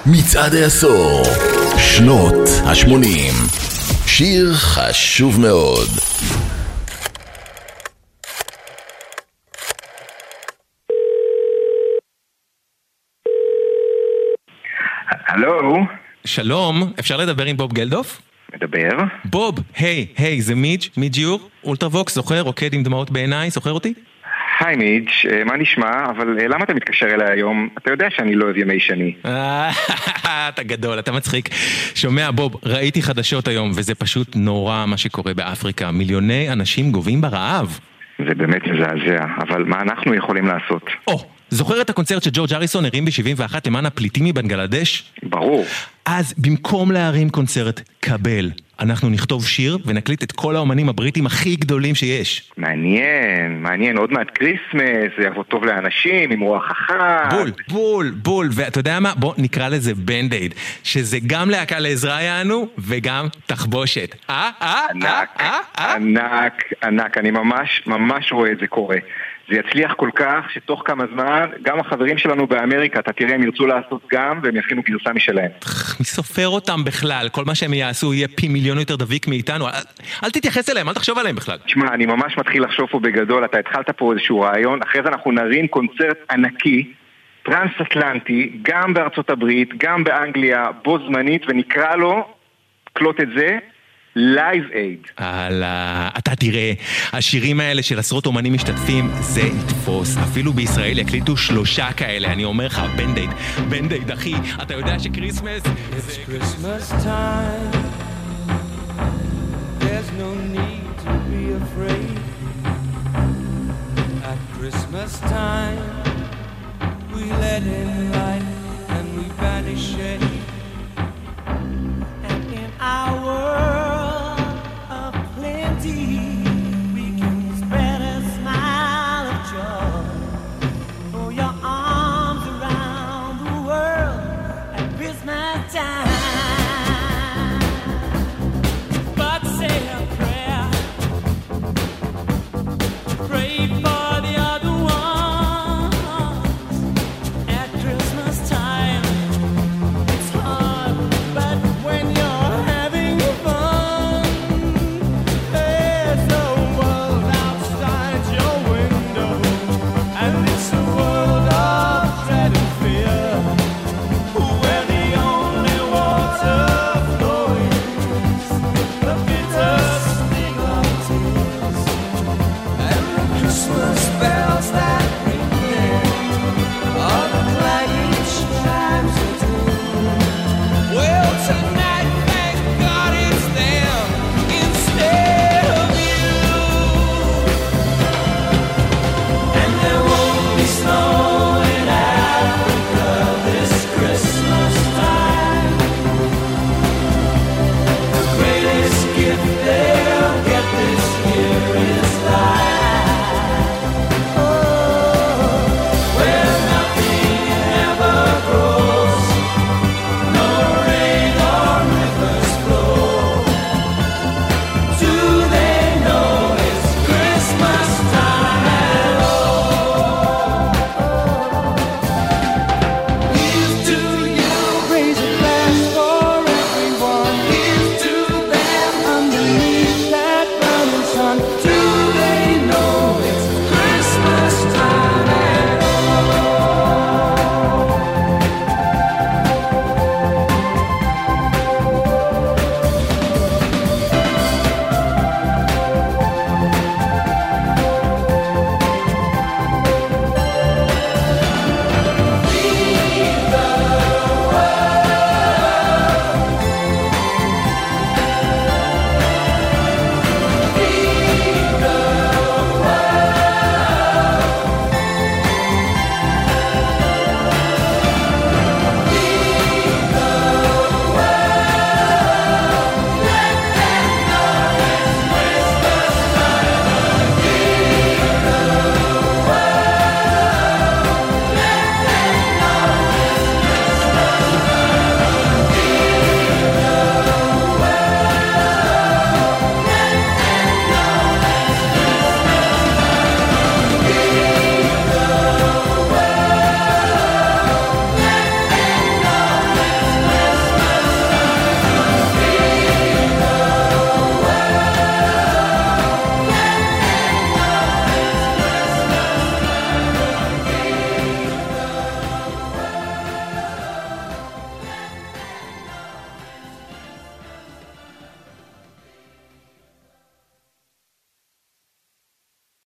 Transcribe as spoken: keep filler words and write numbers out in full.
מצעד העשור, שנות ה-שמונים. שיר חשוב מאוד. הלו. שלום, אפשר לדבר עם בוב גלדוף? מדבר. בוב, היי, היי, זה מיג', מיג' יור, אולטרווקס, זוכר, רוקד עם דמעות בעיניי, זוכר אותי? היי מיג', מה נשמע? אבל למה אתה מתקשר אליי היום? אתה יודע שאני לא אוהב ימי שני. אתה גדול, אתה מצחיק. שומע בוב, ראיתי חדשות היום, וזה פשוט נורא מה שקורה באפריקה. מיליוני אנשים גובים ברעב. זה באמת מזעזע, אבל מה אנחנו יכולים לעשות? או, זוכר את הקונצרט שג'ורג' אריסון הרים ב-שבעים ואחת למען הפליטים מבנגלדש? ברור. אז במקום להרים קונצרט, קבל. אנחנו נכתוב שיר ונקליט את כל האומנים הבריטים הכי גדולים שיש. מעניין, מעניין. עוד מעט קריסמס, זה יבוא טוב לאנשים, עם רוח אחת. בול, בול, בול. ואתה יודע מה? בוא נקרא לזה בנד-אייד, שזה גם להקה לעזרה יענו, וגם תחבושת. אה? אה? ענק, אה? אה? ענק, ענק. אני ממש, ממש רואה את זה קורה. זה יצליח כל כך שתוך כמה זמן, גם החברים שלנו באמריקה, אתה תראה, הם ירצו לעשות גם, והם יכינו גרסה משלהם. מי סופר אותם בכלל? כל מה שהם יעשו יהיה פי מיליון יותר דביק מאיתנו. אל, אל תתייחס אליהם, אל תחשוב עליהם בכלל. תשמע, אני ממש מתחיל לחשוב פה בגדול. אתה התחלת פה איזשהו רעיון, אחרי זה אנחנו נרים קונצרט ענקי, טרנס-אטלנטי, גם בארצות הברית, גם באנגליה, בו זמנית, ונקרא לו, קלוט את זה, Live Aid. הלאה, אתה תראה, השירים האלה של עשרות אומנים משתתפים, זה יתפוס. אפילו בישראל יקליטו שלושה כאלה, אני אומר לך, בנד-אייד, בנד-אייד, אחי, אתה יודע שקריסמס... It's Christmas time. There's no need to be afraid. At Christmas time, we let in light and we banish shade. And in our world time.